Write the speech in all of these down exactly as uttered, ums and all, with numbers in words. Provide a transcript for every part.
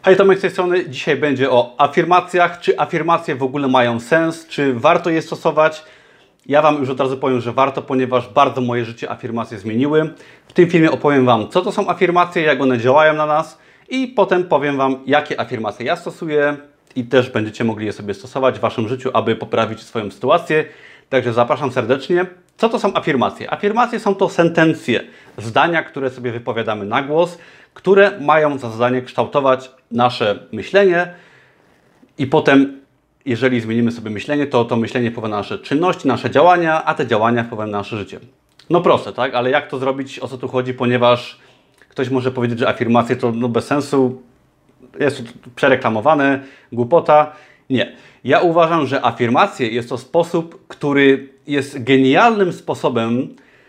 Hej, Tomek z tej strony. Dzisiaj będzie o afirmacjach. Czy afirmacje w ogóle mają sens? Czy warto je stosować? Ja Wam już od razu powiem, że warto, ponieważ bardzo moje życie afirmacje zmieniły. W tym filmie opowiem Wam, co to są afirmacje, jak one działają na nas i potem powiem Wam, jakie afirmacje ja stosuję i też będziecie mogli je sobie stosować w Waszym życiu, aby poprawić swoją sytuację. Także zapraszam serdecznie. Co to są afirmacje? Afirmacje są to sentencje, zdania, które sobie wypowiadamy na głos, które mają za zadanie kształtować nasze myślenie i potem, jeżeli zmienimy sobie myślenie, to to myślenie wpływa na nasze czynności, nasze działania, a te działania wpływają na nasze życie. No proste, tak? Ale jak to zrobić? O co tu chodzi? Ponieważ ktoś może powiedzieć, że afirmacje to no bez sensu, jest to przereklamowane, głupota. Nie. Ja uważam, że afirmacje jest to sposób, który jest genialnym sposobem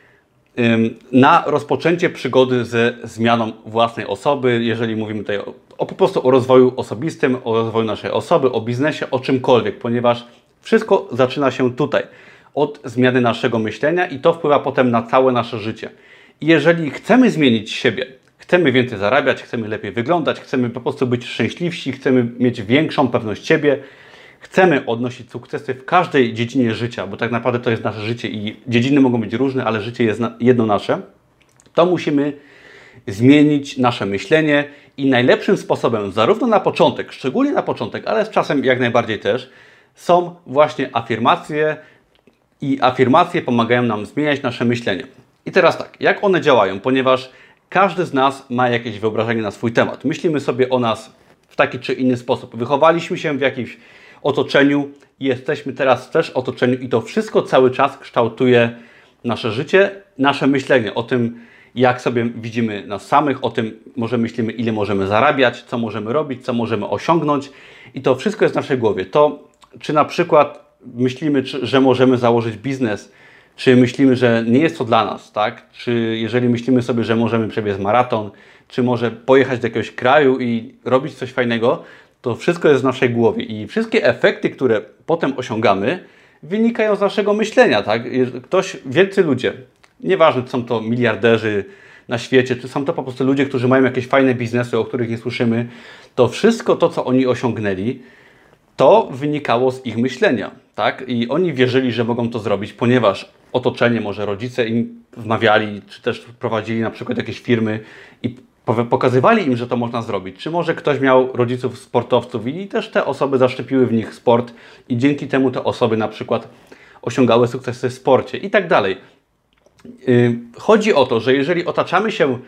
na rozpoczęcie przygody ze zmianą własnej osoby, jeżeli mówimy tutaj o, o po prostu o rozwoju osobistym, o rozwoju naszej osoby, o biznesie, o czymkolwiek, ponieważ wszystko zaczyna się tutaj, od zmiany naszego myślenia i to wpływa potem na całe nasze życie. I jeżeli chcemy zmienić siebie, chcemy więcej zarabiać, chcemy lepiej wyglądać, chcemy po prostu być szczęśliwsi, chcemy mieć większą pewność siebie, chcemy odnosić sukcesy w każdej dziedzinie życia, bo tak naprawdę to jest nasze życie i dziedziny mogą być różne, ale życie jest jedno nasze, to musimy zmienić nasze myślenie i najlepszym sposobem, zarówno na początek, szczególnie na początek, ale z czasem jak najbardziej też, są właśnie afirmacje i afirmacje pomagają nam zmieniać nasze myślenie. I teraz tak, jak one działają? Ponieważ każdy z nas ma jakieś wyobrażenie na swój temat. Myślimy sobie o nas w taki czy inny sposób. Wychowaliśmy się w jakimś otoczeniu, jesteśmy teraz też w otoczeniu i to wszystko cały czas kształtuje nasze życie, nasze myślenie o tym, jak sobie widzimy nas samych, o tym może myślimy, ile możemy zarabiać, co możemy robić, co możemy osiągnąć i to wszystko jest w naszej głowie. To, czy na przykład myślimy, czy, że możemy założyć biznes, czy myślimy, że nie jest to dla nas, tak? Czy jeżeli myślimy sobie, że możemy przebiec maraton, czy może pojechać do jakiegoś kraju i robić coś fajnego, to wszystko jest w naszej głowie i wszystkie efekty, które potem osiągamy, wynikają z naszego myślenia, tak? Ktoś, wielcy ludzie, nieważne czy są to miliarderzy na świecie, czy są to po prostu ludzie, którzy mają jakieś fajne biznesy, o których nie słyszymy, to wszystko to, co oni osiągnęli, to wynikało z ich myślenia, tak? I oni wierzyli, że mogą to zrobić, ponieważ otoczenie, może rodzice im wmawiali, czy też prowadzili na przykład jakieś firmy i pokazywali im, że to można zrobić. Czy może ktoś miał rodziców sportowców i też te osoby zaszczepiły w nich sport i dzięki temu te osoby na przykład osiągały sukcesy w sporcie i tak dalej. Chodzi o to, że jeżeli otaczamy się,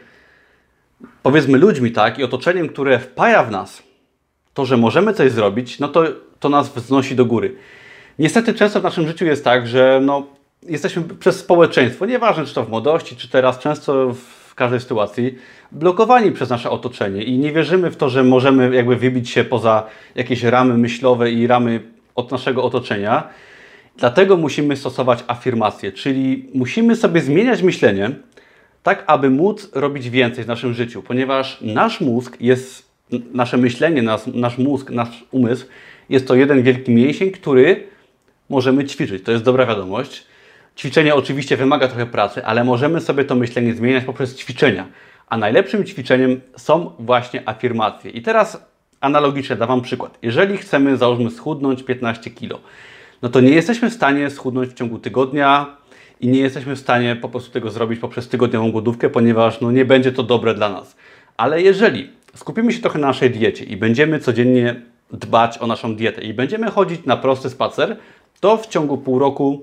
powiedzmy, ludźmi, tak, i otoczeniem, które wpaja w nas to, że możemy coś zrobić, no to, to nas wznosi do góry. Niestety często w naszym życiu jest tak, że no, jesteśmy przez społeczeństwo, nieważne czy to w młodości, czy teraz, często w każdej sytuacji, blokowani przez nasze otoczenie i nie wierzymy w to, że możemy jakby wybić się poza jakieś ramy myślowe i ramy od naszego otoczenia. Dlatego musimy stosować afirmacje, czyli musimy sobie zmieniać myślenie, tak aby móc robić więcej w naszym życiu, ponieważ nasz mózg jest, nasze myślenie, nasz, nasz mózg, nasz umysł jest to jeden wielki mięsień, który możemy ćwiczyć. To jest dobra wiadomość. Ćwiczenie oczywiście wymaga trochę pracy, ale możemy sobie to myślenie zmieniać poprzez ćwiczenia. A najlepszym ćwiczeniem są właśnie afirmacje. I teraz analogicznie dam Wam przykład. Jeżeli chcemy, załóżmy, schudnąć piętnaście kilo, no to nie jesteśmy w stanie schudnąć w ciągu tygodnia i nie jesteśmy w stanie po prostu tego zrobić poprzez tygodniową głodówkę, ponieważ no, nie będzie to dobre dla nas. Ale jeżeli skupimy się trochę na naszej diecie i będziemy codziennie dbać o naszą dietę i będziemy chodzić na prosty spacer, to w ciągu pół roku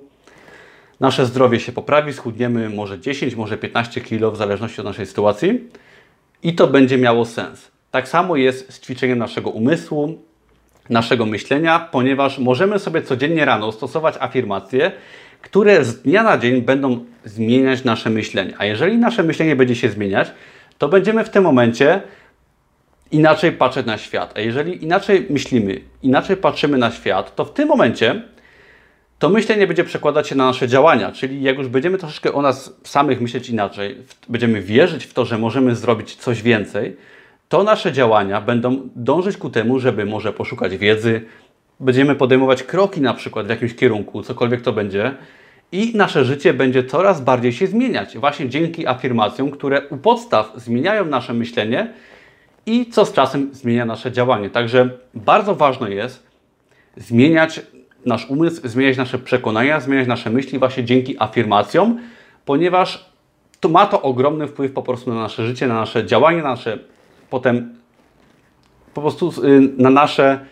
nasze zdrowie się poprawi, schudniemy może dziesięć, może piętnaście kilo w zależności od naszej sytuacji i to będzie miało sens. Tak samo jest z ćwiczeniem naszego umysłu, naszego myślenia, ponieważ możemy sobie codziennie rano stosować afirmacje, które z dnia na dzień będą zmieniać nasze myślenie. A jeżeli nasze myślenie będzie się zmieniać, to będziemy w tym momencie inaczej patrzeć na świat. A jeżeli inaczej myślimy, inaczej patrzymy na świat, to w tym momencie to myślenie będzie przekładać się na nasze działania, czyli jak już będziemy troszeczkę o nas samych myśleć inaczej, będziemy wierzyć w to, że możemy zrobić coś więcej, to nasze działania będą dążyć ku temu, żeby może poszukać wiedzy, będziemy podejmować kroki na przykład w jakimś kierunku, cokolwiek to będzie i nasze życie będzie coraz bardziej się zmieniać właśnie dzięki afirmacjom, które u podstaw zmieniają nasze myślenie i co z czasem zmienia nasze działanie. Także bardzo ważne jest zmieniać nasz umysł, zmieniać nasze przekonania, zmieniać nasze myśli właśnie dzięki afirmacjom, ponieważ to ma to ogromny wpływ po prostu na nasze życie, na nasze działanie, na nasze potem po prostu na nasze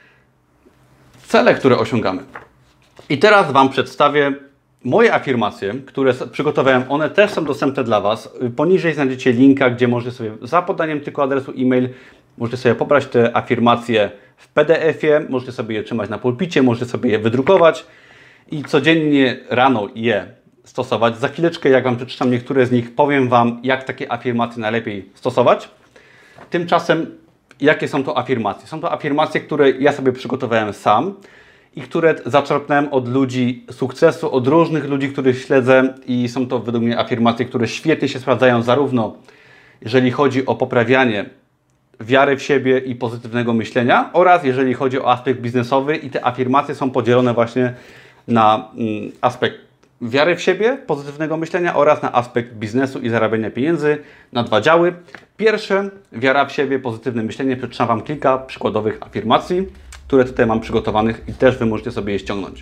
cele, które osiągamy. I teraz Wam przedstawię moje afirmacje, które przygotowałem. One też są dostępne dla Was. Poniżej znajdziecie linka, gdzie możecie sobie za podaniem tylko adresu e-mail możecie sobie pobrać te afirmacje w P D F-ie, możecie sobie je trzymać na pulpicie, możecie sobie je wydrukować i codziennie rano je stosować. Za chwileczkę, jak Wam przeczytam niektóre z nich, powiem Wam, jak takie afirmacje najlepiej stosować. Tymczasem, jakie są to afirmacje? Są to afirmacje, które ja sobie przygotowałem sam i które zaczerpnąłem od ludzi sukcesu, od różnych ludzi, których śledzę i są to według mnie afirmacje, które świetnie się sprawdzają zarówno jeżeli chodzi o poprawianie wiary w siebie i pozytywnego myślenia oraz jeżeli chodzi o aspekt biznesowy i te afirmacje są podzielone właśnie na mm, aspekt wiary w siebie, pozytywnego myślenia oraz na aspekt biznesu i zarabiania pieniędzy na dwa działy. Pierwsze, wiara w siebie, pozytywne myślenie. Przeczytam Wam kilka przykładowych afirmacji, które tutaj mam przygotowanych i też Wy możecie sobie je ściągnąć.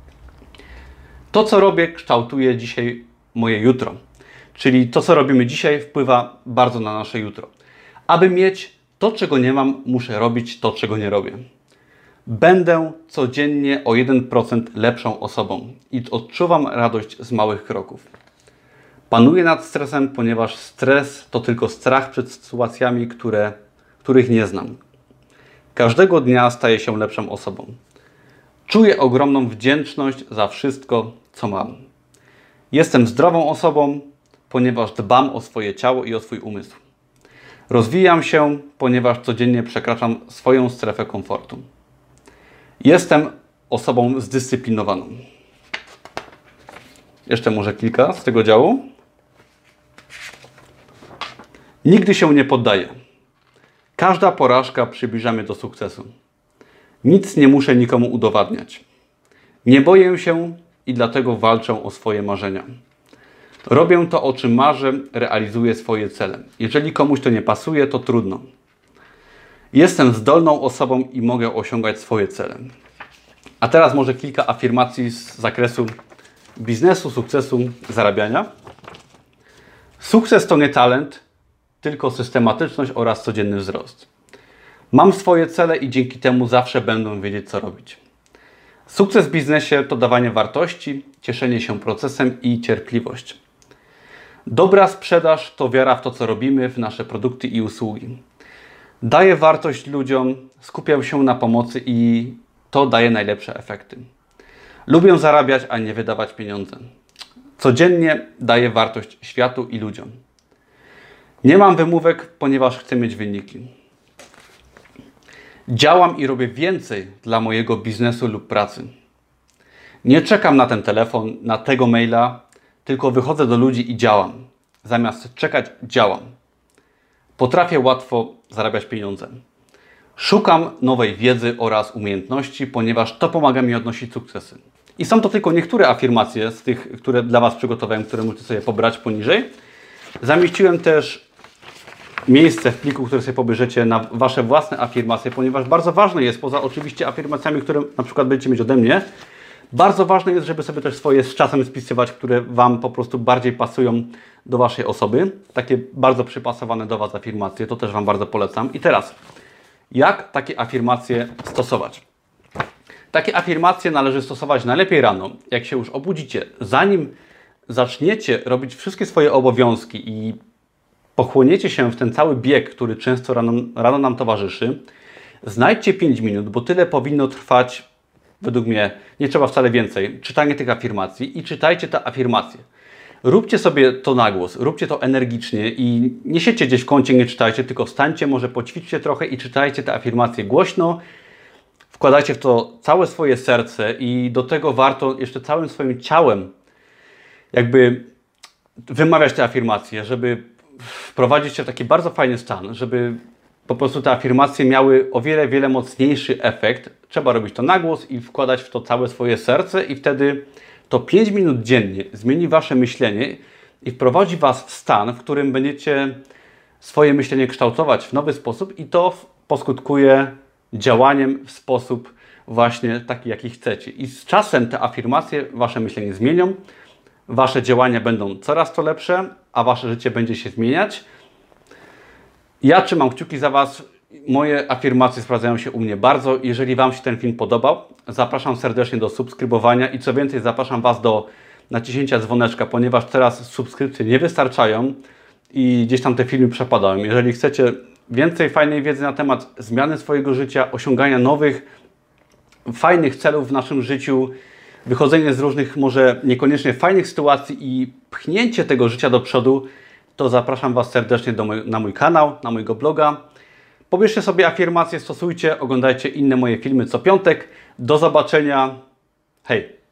To, co robię, kształtuje dzisiaj moje jutro. Czyli to, co robimy dzisiaj, wpływa bardzo na nasze jutro. Aby mieć to, czego nie mam, muszę robić to, czego nie robię. Będę codziennie o jeden procent lepszą osobą i odczuwam radość z małych kroków. Panuję nad stresem, ponieważ stres to tylko strach przed sytuacjami, które, których nie znam. Każdego dnia staję się lepszą osobą. Czuję ogromną wdzięczność za wszystko, co mam. Jestem zdrową osobą, ponieważ dbam o swoje ciało i o swój umysł. Rozwijam się, ponieważ codziennie przekraczam swoją strefę komfortu. Jestem osobą zdyscyplinowaną. Jeszcze może kilka z tego działu. Nigdy się nie poddaję. Każda porażka przybliża mnie do sukcesu. Nic nie muszę nikomu udowadniać. Nie boję się i dlatego walczę o swoje marzenia. Robię to, o czym marzę, realizuję swoje cele. Jeżeli komuś to nie pasuje, to trudno. Jestem zdolną osobą i mogę osiągać swoje cele. A teraz może kilka afirmacji z zakresu biznesu, sukcesu, zarabiania. Sukces to nie talent, tylko systematyczność oraz codzienny wzrost. Mam swoje cele i dzięki temu zawsze będę wiedzieć, co robić. Sukces w biznesie to dawanie wartości, cieszenie się procesem i cierpliwość. Dobra sprzedaż to wiara w to, co robimy, w nasze produkty i usługi. Daję wartość ludziom, skupiam się na pomocy i to daje najlepsze efekty. Lubię zarabiać, a nie wydawać pieniądze. Codziennie daję wartość światu i ludziom. Nie mam wymówek, ponieważ chcę mieć wyniki. Działam i robię więcej dla mojego biznesu lub pracy. Nie czekam na ten telefon, na tego maila, tylko wychodzę do ludzi i działam. Zamiast czekać, działam. Potrafię łatwo zarabiać pieniądze. Szukam nowej wiedzy oraz umiejętności, ponieważ to pomaga mi odnosić sukcesy. I są to tylko niektóre afirmacje z tych, które dla Was przygotowałem, które możecie sobie pobrać poniżej. Zamieściłem też miejsce w pliku, które sobie pobierzecie na Wasze własne afirmacje, ponieważ bardzo ważne jest, poza oczywiście afirmacjami, które na przykład będziecie mieć ode mnie, bardzo ważne jest, żeby sobie też swoje z czasem spisywać, które Wam po prostu bardziej pasują do Waszej osoby. Takie bardzo przypasowane do Was afirmacje, to też Wam bardzo polecam. I teraz, jak takie afirmacje stosować? Takie afirmacje należy stosować najlepiej rano, jak się już obudzicie. Zanim zaczniecie robić wszystkie swoje obowiązki i pochłoniecie się w ten cały bieg, który często rano, rano nam towarzyszy, znajdźcie pięć minut, bo tyle powinno trwać, według mnie, nie trzeba wcale więcej, czytanie tych afirmacji i czytajcie te afirmacje. Róbcie sobie to na głos, róbcie to energicznie i nie siedźcie gdzieś w kącie, nie czytajcie, tylko wstańcie, może poćwiczcie trochę i czytajcie te afirmacje głośno. Wkładajcie w to całe swoje serce i do tego warto jeszcze całym swoim ciałem jakby wymawiać te afirmacje, żeby wprowadzić się w taki bardzo fajny stan, żeby po prostu te afirmacje miały o wiele, wiele mocniejszy efekt. Trzeba robić to na głos i wkładać w to całe swoje serce i wtedy to pięć minut dziennie zmieni Wasze myślenie i wprowadzi Was w stan, w którym będziecie swoje myślenie kształtować w nowy sposób i to poskutkuje działaniem w sposób właśnie taki, jaki chcecie. I z czasem te afirmacje Wasze myślenie zmienią, Wasze działania będą coraz to lepsze, a Wasze życie będzie się zmieniać. Ja trzymam kciuki za Was. Moje afirmacje sprawdzają się u mnie bardzo. Jeżeli Wam się ten film podobał, zapraszam serdecznie do subskrybowania i co więcej, zapraszam Was do naciśnięcia dzwoneczka, ponieważ teraz subskrypcje nie wystarczają i gdzieś tam te filmy przepadają. Jeżeli chcecie więcej fajnej wiedzy na temat zmiany swojego życia, osiągania nowych, fajnych celów w naszym życiu, wychodzenie z różnych, może niekoniecznie fajnych sytuacji i pchnięcie tego życia do przodu, to zapraszam Was serdecznie do moj, na mój kanał, na mojego bloga. Pobierzcie sobie afirmacje, stosujcie, oglądajcie inne moje filmy co piątek. Do zobaczenia. Hej!